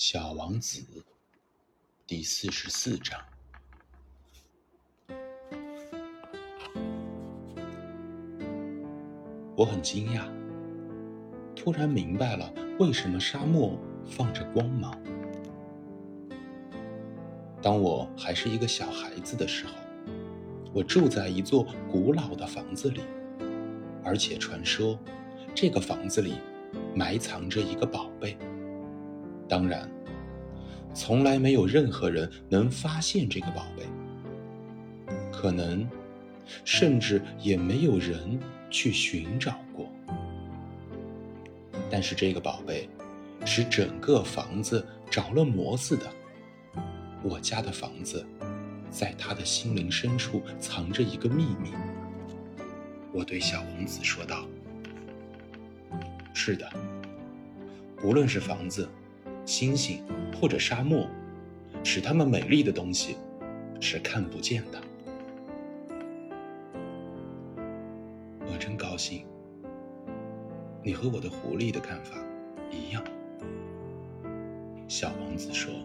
小王子第44章。我很惊讶，突然明白了为什么沙漠放着光芒。当我还是一个小孩子的时候，我住在一座古老的房子里，而且传说这个房子里埋藏着一个宝贝。当然，从来没有任何人能发现这个宝贝，可能甚至也没有人去寻找过。但是这个宝贝使整个房子着了魔似的。我家的房子在他的心灵深处藏着一个秘密。我对小王子说道：是的，无论是房子、星星或者沙漠，使它们美丽的东西是看不见的。我真高兴，你和我的狐狸的看法一样。小王子说。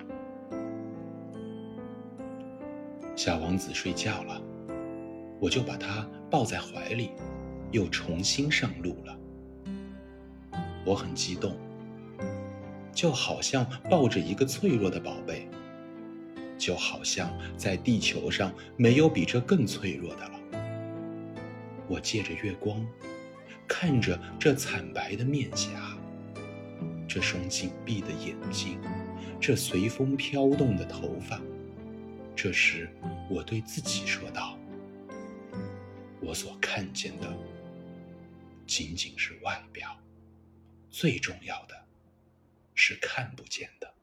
小王子睡觉了，我就把他抱在怀里，又重新上路了。我很激动，就好像抱着一个脆弱的宝贝，就好像在地球上没有比这更脆弱的了。我借着月光，看着这惨白的面颊，这双紧闭的眼睛，这随风飘动的头发。这时我对自己说道：我所看见的仅仅是外表，最重要的是看不见的。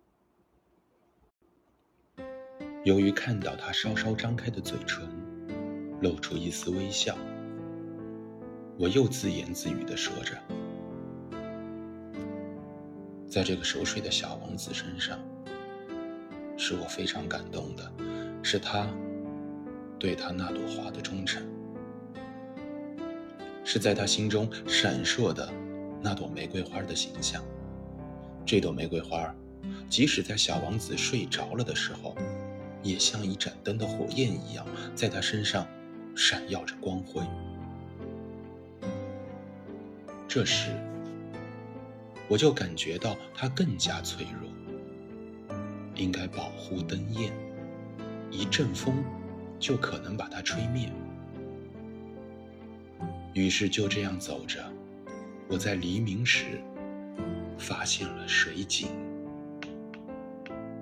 由于看到他稍稍张开的嘴唇露出一丝微笑，我又自言自语地说着，在这个熟睡的小王子身上，使我非常感动的是他对他那朵花的忠诚，是在他心中闪烁的那朵玫瑰花的形象。这朵玫瑰花即使在小王子睡着了的时候，也像一盏灯的火焰一样，在他身上闪耀着光辉。这时我就感觉到他更加脆弱，应该保护灯焰，一阵风就可能把它吹灭。于是就这样走着，我在黎明时发现了水井。